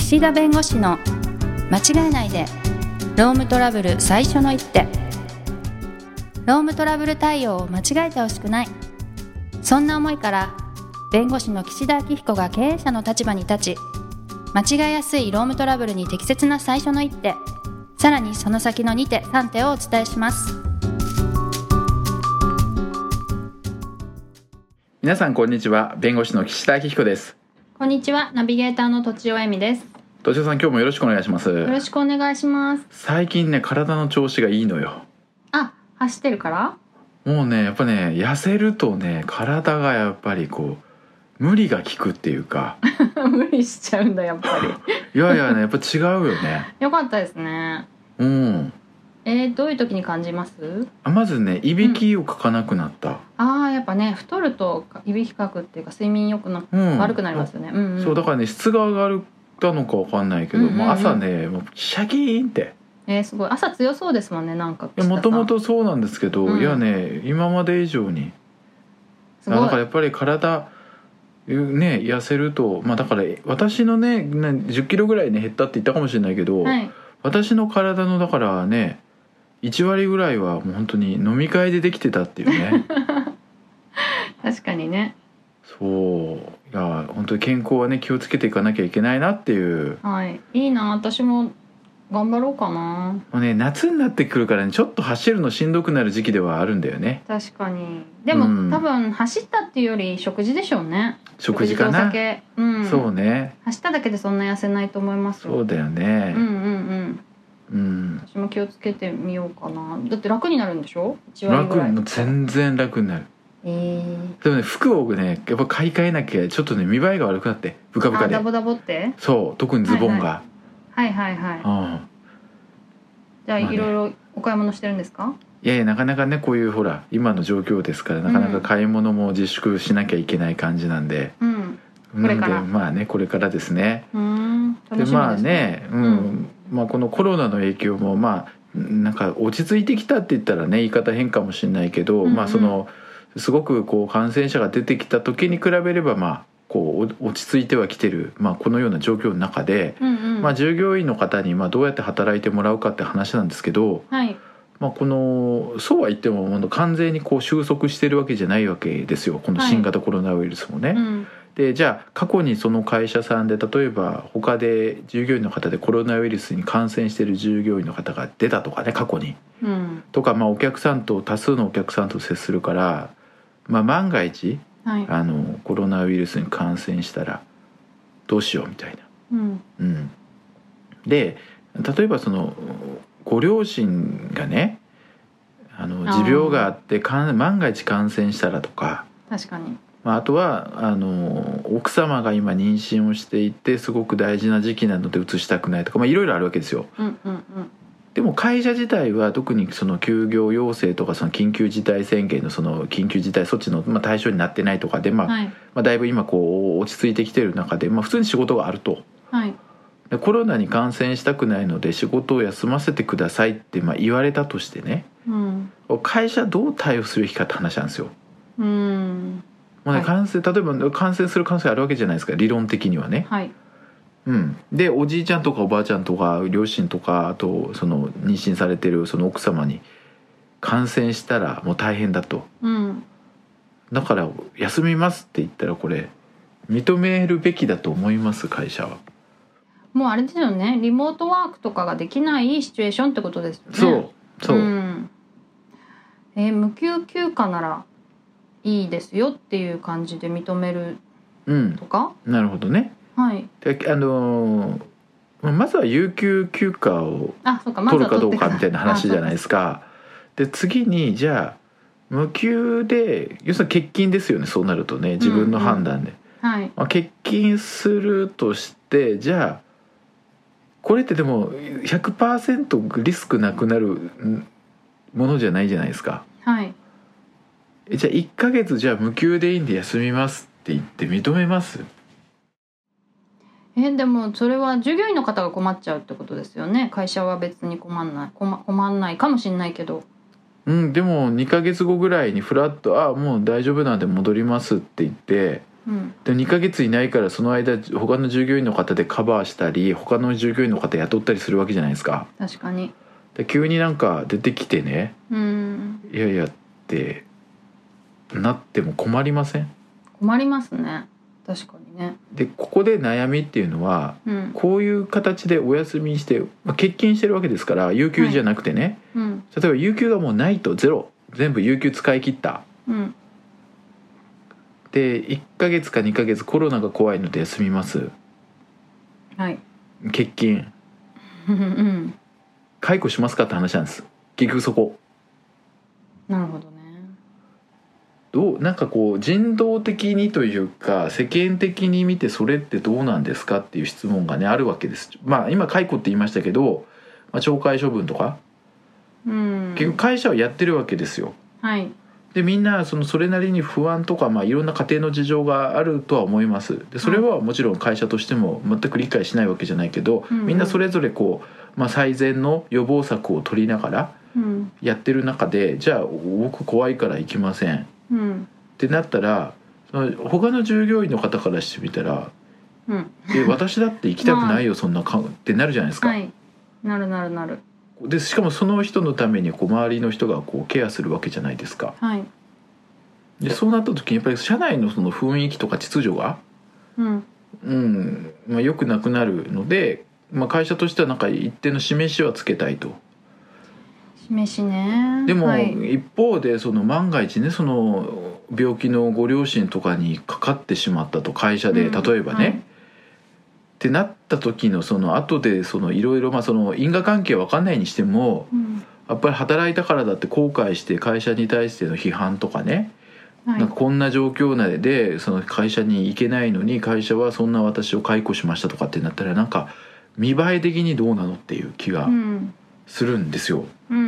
岸田弁護士の間違えないでロームトラブル最初の一手。ロームトラブル対応を間違えてほしくない、そんな思いから弁護士の岸田明彦が経営者の立場に立ち、間違えやすいロームトラブルに適切な最初の一手、さらにその先の2手3手をお伝えします。 皆さんこんにちは。弁護士の岸田明彦です。 こんにちは。ナビゲーターのとちおえみです。 とちおさん、今日もよろしくお願いします。 よろしくお願いします。 最近ね、体の調子がいいのよ。 走ってるから？ もうね、やっぱね、痩せるとね、体がやっぱりこう無理が効くっていうか無理しちゃうんだやっぱりいやいやね、やっぱ違うよね。 よかったですね。 うん。 どういう時に感じます？ まずね、いびきをかかなくなった、 やっぱね、太るといびきかくっていうか睡眠よくな、悪くなりますよね。 そうだからね、質が上がったのかわかんないけど、もう朝ね、もうシャキーンって、 すごい朝強そうですもんね。なんかもともとそうなんですけど、いやね、今まで以上にだからやっぱり体ね、痩せると、だから私のね10キロぐらいね減ったって言ったかもしれないけど、私の体のだからね1割ぐらいはもう本当に飲み会でできてたっていうね確かにね。 そういや、本当に健康はね気をつけていかなきゃいけないなっていう。 いいな、私も頑張ろうかな。 もうね、夏になってくるからね、ちょっと走るのしんどくなる時期ではあるんだよね。 確かに。でも、多分走ったっていうより食事でしょうね。 食事かな。 お酒、 そうね。 走っただけでそんな痩せないと思いますよ。 そうだよね。 私も気をつけてみようかな。だって楽になるんでしょ？1割ぐらい。 全然楽になる。でもね、服をねやっぱ買い替えなきゃちょっとね見栄えが悪くなって、ブカブカで。 ダボダボって？ そう、特にズボンが。 はい。じゃあ、いろいろお買い物してるんですか？ いやいや、なかなかね、こういうほら今の状況ですから、なかなか買い物も自粛しなきゃいけない感じなんで、 これからこれからですね。 楽しみですね。 このコロナの影響もなんか落ち着いてきたって言ったらね言い方変かもしれないけど、そのすごくこう感染者が出てきた時に比べればこう落ち着いてはきてる、このような状況の中で、従業員の方にどうやって働いてもらうかって話なんですけど、このそうは言っても完全にこう収束してるわけじゃないわけですよ、この新型コロナウイルスもね。でじゃあ過去にその会社さんで例えば他で従業員の方でコロナウイルスに感染している従業員の方が出たとかね、過去に、とかお客さんと多数のお客さんと接するから、万が一、コロナウイルスに感染したらどうしようみたいな。で例えばそのご両親がね持病があって万が一感染したらとか、 確かに。 あとは奥様が今妊娠をしていてすごく大事な時期なので移したくないとか、いろいろあるわけですよ。でも会社自体は特にその休業要請とかその緊急事態宣言のその緊急事態措置の対象になってないとかで、だいぶ今こう落ち着いてきてる中で、普通に仕事があると、でコロナに感染したくないので仕事を休ませてくださいって言われたとしてね、会社どう対応するべきかって話なんですよ。例えば感染する可能性あるわけじゃないですか、理論的にはね。でおじいちゃんとかおばあちゃんとか両親とか、あとその妊娠されてるその奥様に感染したらもう大変だと、だから休みますって言ったらこれ認めるべきだと思います？会社は。もうあれですよね、リモートワークとかができないシチュエーションってことですよね。 そう、 無給休暇ならいいですよっていう感じで認めるとか、 なるほどね。でまずは有給休暇を取るかどうかみたいな話じゃないですか。で次にじゃあ無給で要するに欠勤ですよね、そうなるとね、自分の判断で、欠勤するとして、じゃあこれってでも 100% リスクなくなるものじゃないじゃないですか。じゃあ1ヶ月じゃあ無給でいいんで休みますって言って認めます？ でもそれは従業員の方が困っちゃうってことですよね。会社は別に困んないかもしれないけど、 でも2ヶ月後ぐらいにフラッともう大丈夫なんで戻りますって言って、 で2ヶ月いないからその間他の従業員の方でカバーしたり他の従業員の方雇ったりするわけじゃないですか。 確かに。 で急になんか出てきてね、いやいやってなっても困りません？ 困りますね。確かにね。 でここで悩みっていうのは、こういう形でお休みして、欠勤してるわけですから有給じゃなくてね、例えば有給がもうないとゼロ、全部有給使い切った、で1ヶ月か2ヶ月コロナが怖いので休みます、欠勤解雇しますかって話なんです結局そこ。 なるほどね。 なんかこう人道的にというか世間的に見てそれってどうなんですかっていう質問がねあるわけです。今解雇って言いましたけど、懲戒処分とか、結局会社はやってるわけですよ。でみんなそれなりに不安とか、いろんな家庭の事情があるとは思います。でそれはもちろん会社としても全く理解しないわけじゃないけど、みんなそれぞれこう、最善の予防策を取りながらやってる中で、じゃあ僕怖いから行きません、ってなったら他の従業員の方からしてみたら、私だって行きたくないよ、そんなってなるじゃないですか。 なる。 でしかもその人のために周りの人がケアするわけじゃないですか。でそうなった時にやっぱり社内のその雰囲気とか秩序が良くなくなるので、会社としてはなんか一定の示しはつけたいと。 示しね。 でも、一方で万が一ねその病気のご両親とかにかかってしまったと会社で、例えばね、ってなった時の後でいろいろ因果関係は分かんないにしても、やっぱり働いたからだって後悔して会社に対しての批判とかね、なんかこんな状況内でその会社に行けないのに会社はそんな私を解雇しましたとかってなったら、なんか見栄え的にどうなのっていう気がするんですよ。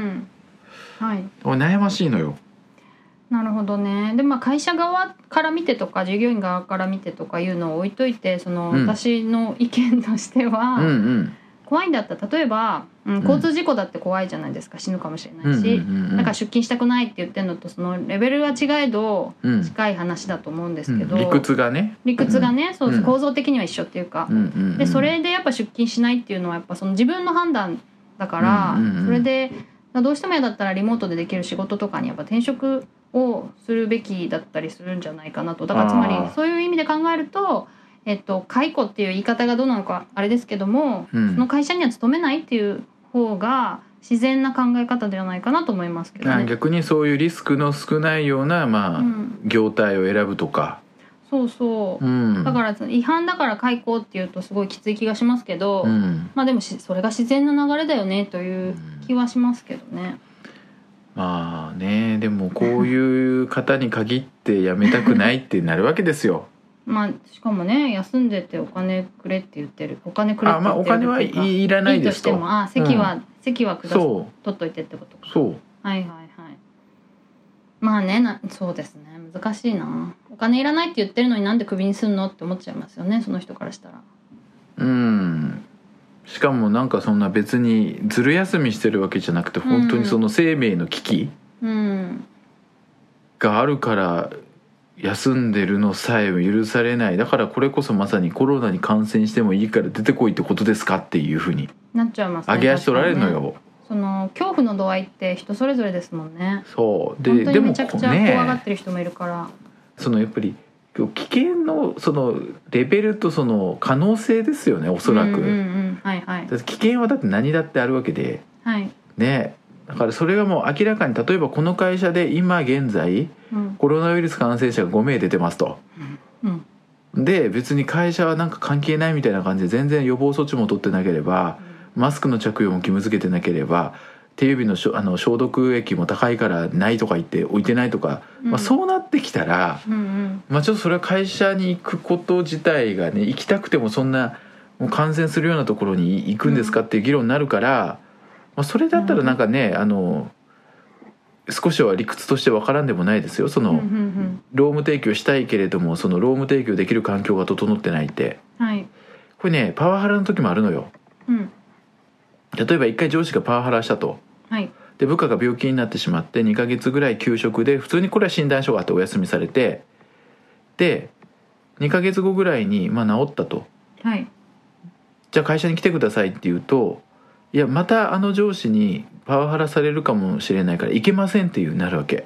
悩ましいのよ。 なるほどね。で会社側から見てとか従業員側から見てとかいうのを置いといて、私の意見としては、怖いんだったら例えば、交通事故だって怖いじゃないですか。死ぬかもしれないし、だから出勤したくないって言ってるのとそのレベルは違えど近い話だと思うんですけど、 理屈がね、 そう構造的には一緒っていうか、でそれでやっぱ出勤しないっていうのはやっぱ自分の判断だから、それでどうしても嫌だったらリモートでできる仕事とかにやっぱ転職をするべきだったりするんじゃないかなと。だからつまりそういう意味で考えると、解雇っていう言い方がどうなのかあれですけども、その会社には勤めないっていう方が自然な考え方ではないかなと思いますけどね。 逆にそういうリスクの少ないような、業態を選ぶとか。 だから違反だから解雇っていうとすごいきつい気がしますけど、でもそれが自然な流れだよねという気はしますけどね。 でもこういう方に限って辞めたくないってなるわけですよ。 しかもね、休んでてお金くれって言ってる、お金くれって言ってるっていうか、 お金はいらないですと。 いいとしても席は取っといてってことか。そうですね、難しいな。お金いらないって言ってるのになんでクビにすんのって思っちゃいますよね、その人からしたら。 しかもなんかそんな別にずる休みしてるわけじゃなくて、本当にその生命の危機があるから休んでるのさえ許されない。だからこれこそまさにコロナに感染してもいいから出てこいってことですかっていうふうになっちゃいますね。 上げ足取られるのよ。 その恐怖の度合いって人それぞれですもんね。 そうで、本当にめちゃくちゃ怖がってる人もいるから、 やっぱり危険のレベルと可能性ですよね、おそらく。危険はだって何だってあるわけで、ね。だからそれがもう明らかに、例えばこの会社で今現在、コロナウイルス感染者が5名出てますと、で別に会社はなんか関係ないみたいな感じで全然予防措置も取ってなければ、マスクの着用も義務付けてなければ、手指の消毒液も高いからないとか言って置いてないとか、そうなってきたら、ちょっとそれは会社に行くこと自体がね、行きたくてもそんなもう感染するようなところに行くんですかっていう議論になるから、それだったらなんかね、少しは理屈としてわからんでもないですよ。労務提供したいけれども、その労務提供できる環境が整ってないって、これね、パワハラの時もあるのよ。例えば一回上司がパワハラしたと、で部下が病気になってしまって2ヶ月ぐらい休職で、普通にこれは診断書があってお休みされて、で 2ヶ月後ぐらいに、治ったと、 はい、 じゃあ会社に来てくださいって言うと、いやまたあの上司にパワハラされるかもしれないから行けませんっていうなるわけ、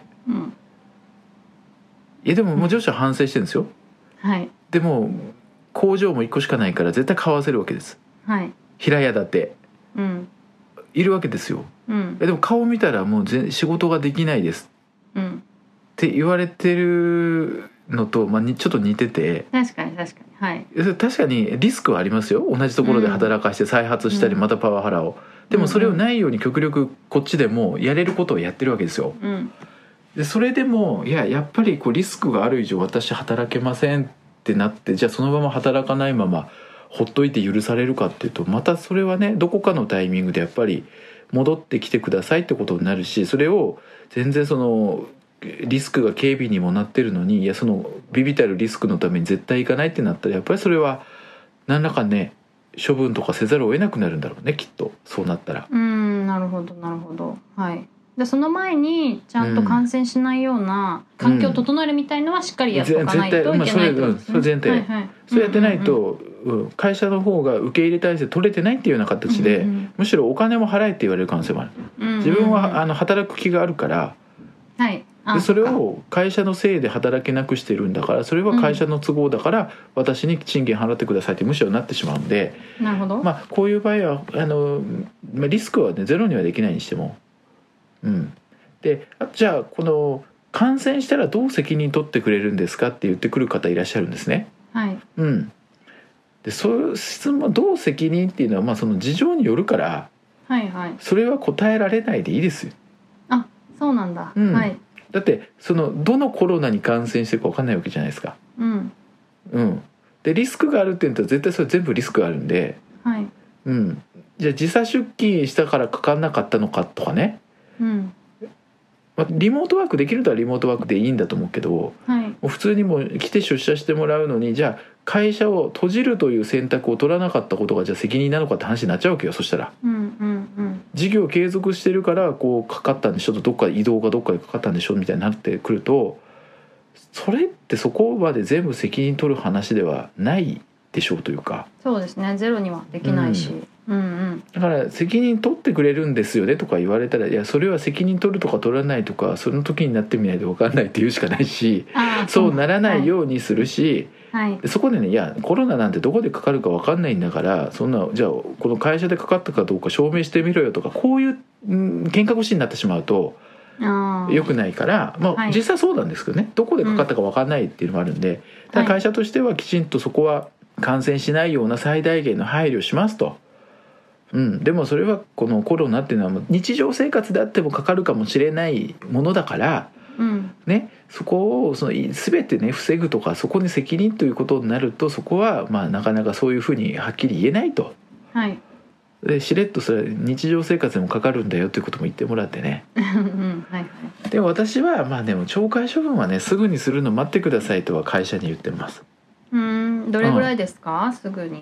いやでももう上司は反省してるんですよ、 はい、 でも工場も1個しかないから絶対買わせるわけです、 はい、 平屋建て、いるわけですよ、でも顔見たらもう仕事ができないです、って言われてるのと、ちょっと似てて、 確かに、はい、 確かにリスクはありますよ。同じところで働かして再発したりまたパワハラを、でもそれをないように極力こっちでもやれることをやってるわけですよ、でそれでもやっぱりリスクがある以上私働けませんってなって、じゃあそのまま働かないままほっといて許されるかっていうと、またそれはねどこかのタイミングでやっぱり戻ってきてくださいってことになるし、それを全然リスクが軽微にもなってるのに、いやそのビビたるリスクのために絶対行かないってなったら、やっぱりそれは何らかね処分とかせざるを得なくなるんだろうね、きっとそうなったら。 なるほど、はい。でその前にちゃんと感染しないような環境を整えるみたいのはしっかりやっておかないといけないってことですね。 それ前提、そうやってないと、会社の方が受け入れ体制取れてないっていうような形で、むしろお金も払えって言われる可能性もある、自分は働く気があるから、 はい、 でそれを会社のせいで働けなくしてるんだから、それは会社の都合だから私に賃金払ってくださいってむしろなってしまうんで、 なるほど、 こういう場合はリスクはねゼロにはできないにしても、でじゃあこの感染したらどう責任取ってくれるんですかって言ってくる方いらっしゃるんですね、でそういう質問どう責任っていうのはその事情によるから、それは答えられないでいいですよ。 あ、そうなんだ、 だってどのコロナに感染してるか分かんないわけじゃないですか、でリスクがあるって言うと絶対それ全部リスクがあるんで、じゃあ時差出勤したからかかんなかったのかとかね、リモートワークできるとはリモートワークでいいんだと思うけど、もう普通にもう来て出社してもらうのに、じゃあ会社を閉じるという選択を取らなかったことがじゃあ責任なのかって話になっちゃうわけよ。そしたら、事業継続してるからかかったんでしょと、どっか移動がどっかでかかったんでしょみたいになってくると、それってそこまで全部責任取る話ではないでしょうというか。 そうですね、ゼロにはできないし、 だから責任取ってくれるんですよねとか言われたら、いやそれは責任取るとか取らないとかその時になってみないと分かんないって言うしかないし、そうならないようにするし、そこでね、いやコロナなんてどこでかかるか分かんないんだから、そんなじゃあこの会社でかかったかどうか証明してみろよとか、こういう喧嘩腰になってしまうと良くないから、実際そうなんですけどね、どこでかかったか分かんないっていうのもあるんで、ただ会社としてはきちんとそこは感染しないような最大限の配慮をしますと。でもそれはこのコロナっていうのは日常生活であってもかかるかもしれないものだから、そこを全てね防ぐとか、そこに責任ということになると、そこはなかなかそういうふうにはっきり言えないと、でしれっとそれ日常生活でもかかるんだよということも言ってもらってねでも私はでも懲戒処分はねすぐにするの待ってくださいとは会社に言ってます。 どれぐらいですか、すぐにって。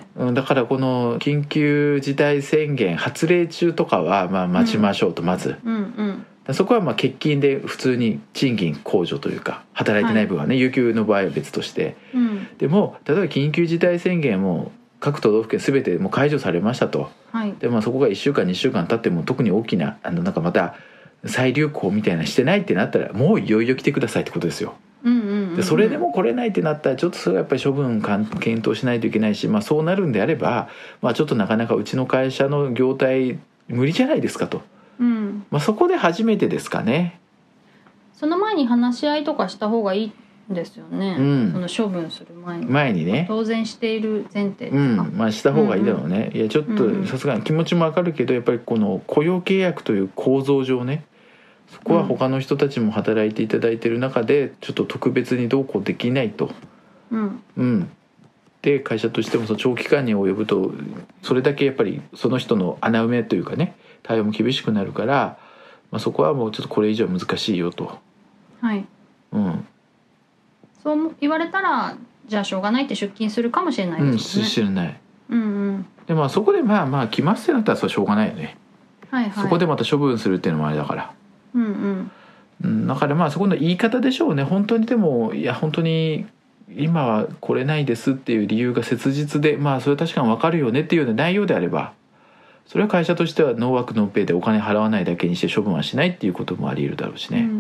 だからこの緊急事態宣言発令中とかは待ちましょうと、まず、そこは欠勤で普通に賃金控除というか、働いてない分はね、有給の場合は別として、でも例えば緊急事態宣言も各都道府県全てもう解除されましたと、でそこが1週間2週間経っても特に大きななんかまた再流行みたいなしてないってなったら、もういよいよ来てくださいってことですよ。でそれでも来れないってなったら、ちょっとそれはやっぱり処分検討しないといけないし、そうなるんであれば、ちょっとなかなかうちの会社の業態無理じゃないですかと、そこで初めてですかね。 その前に話し合いとかした方がいいんですよね、その処分する前にね、当然している前提ですか。 した方がいいだろうね、いやちょっとさすがに気持ちもわかるけど、やっぱりこの雇用契約という構造上ね、そこは他の人たちも働いていただいている中でちょっと特別にどうこうできないと、で会社としても長期間に及ぶとそれだけやっぱりその人の穴埋めというかね、対応も厳しくなるから、そこはもうちょっとこれ以上難しいよと、 そう言われたらじゃあしょうがないって出勤するかもしれないですね。 知らない、でそこで来ますってなったらそれはしょうがないよね、そこでまた処分するっていうのもあれだから、だからそこの言い方でしょうね。本当にでもいや本当に今は来れないですっていう理由が切実で、それは確かに分かるよねっていうような内容であれば、それは会社としてはノーワークノーペイでお金払わないだけにして処分はしないっていうこともあり得るだろうしね。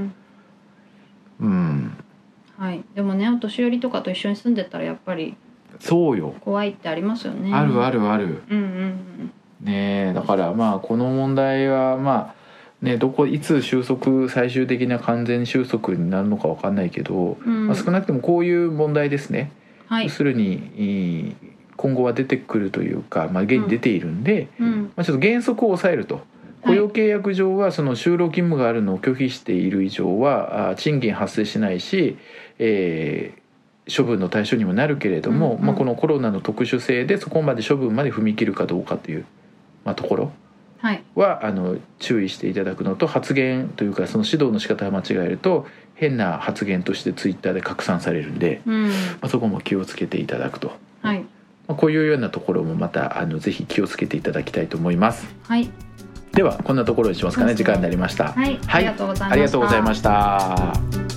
はい、でもね、お年寄りとかと一緒に住んでたらやっぱりそうよ、 怖いってありますよね。 あるあるある、ねえ、だからこの問題はいつ最終的な完全収束になるのか分かんないけど、少なくともこういう問題ですね、要するに今後は出てくるというか、現に出ているんで、ちょっと原則を抑えると。雇用契約上はその就労義務があるのを拒否している以上は賃金発生しないし、処分の対象にもなるけれども、このコロナの特殊性でそこまで処分まで踏み切るかどうかという、ところは注意していただくのと、発言というかその指導の仕方を間違えると変な発言としてツイッターで拡散されるんで、そこも気をつけていただくと、こういうようなところもまたぜひ気をつけていただきたいと思います。ではこんなところにしますかね。時間になりました。 ありがとうございました。 ありがとうございました。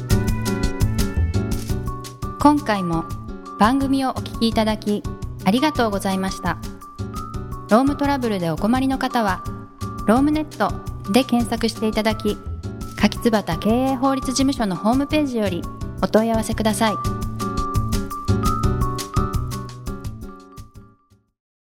今回も番組をお聞きいただきありがとうございました。ロームトラブルでお困りの方はロームネットで検索していただき、柿椿経営法律事務所のホームページよりお問い合わせください。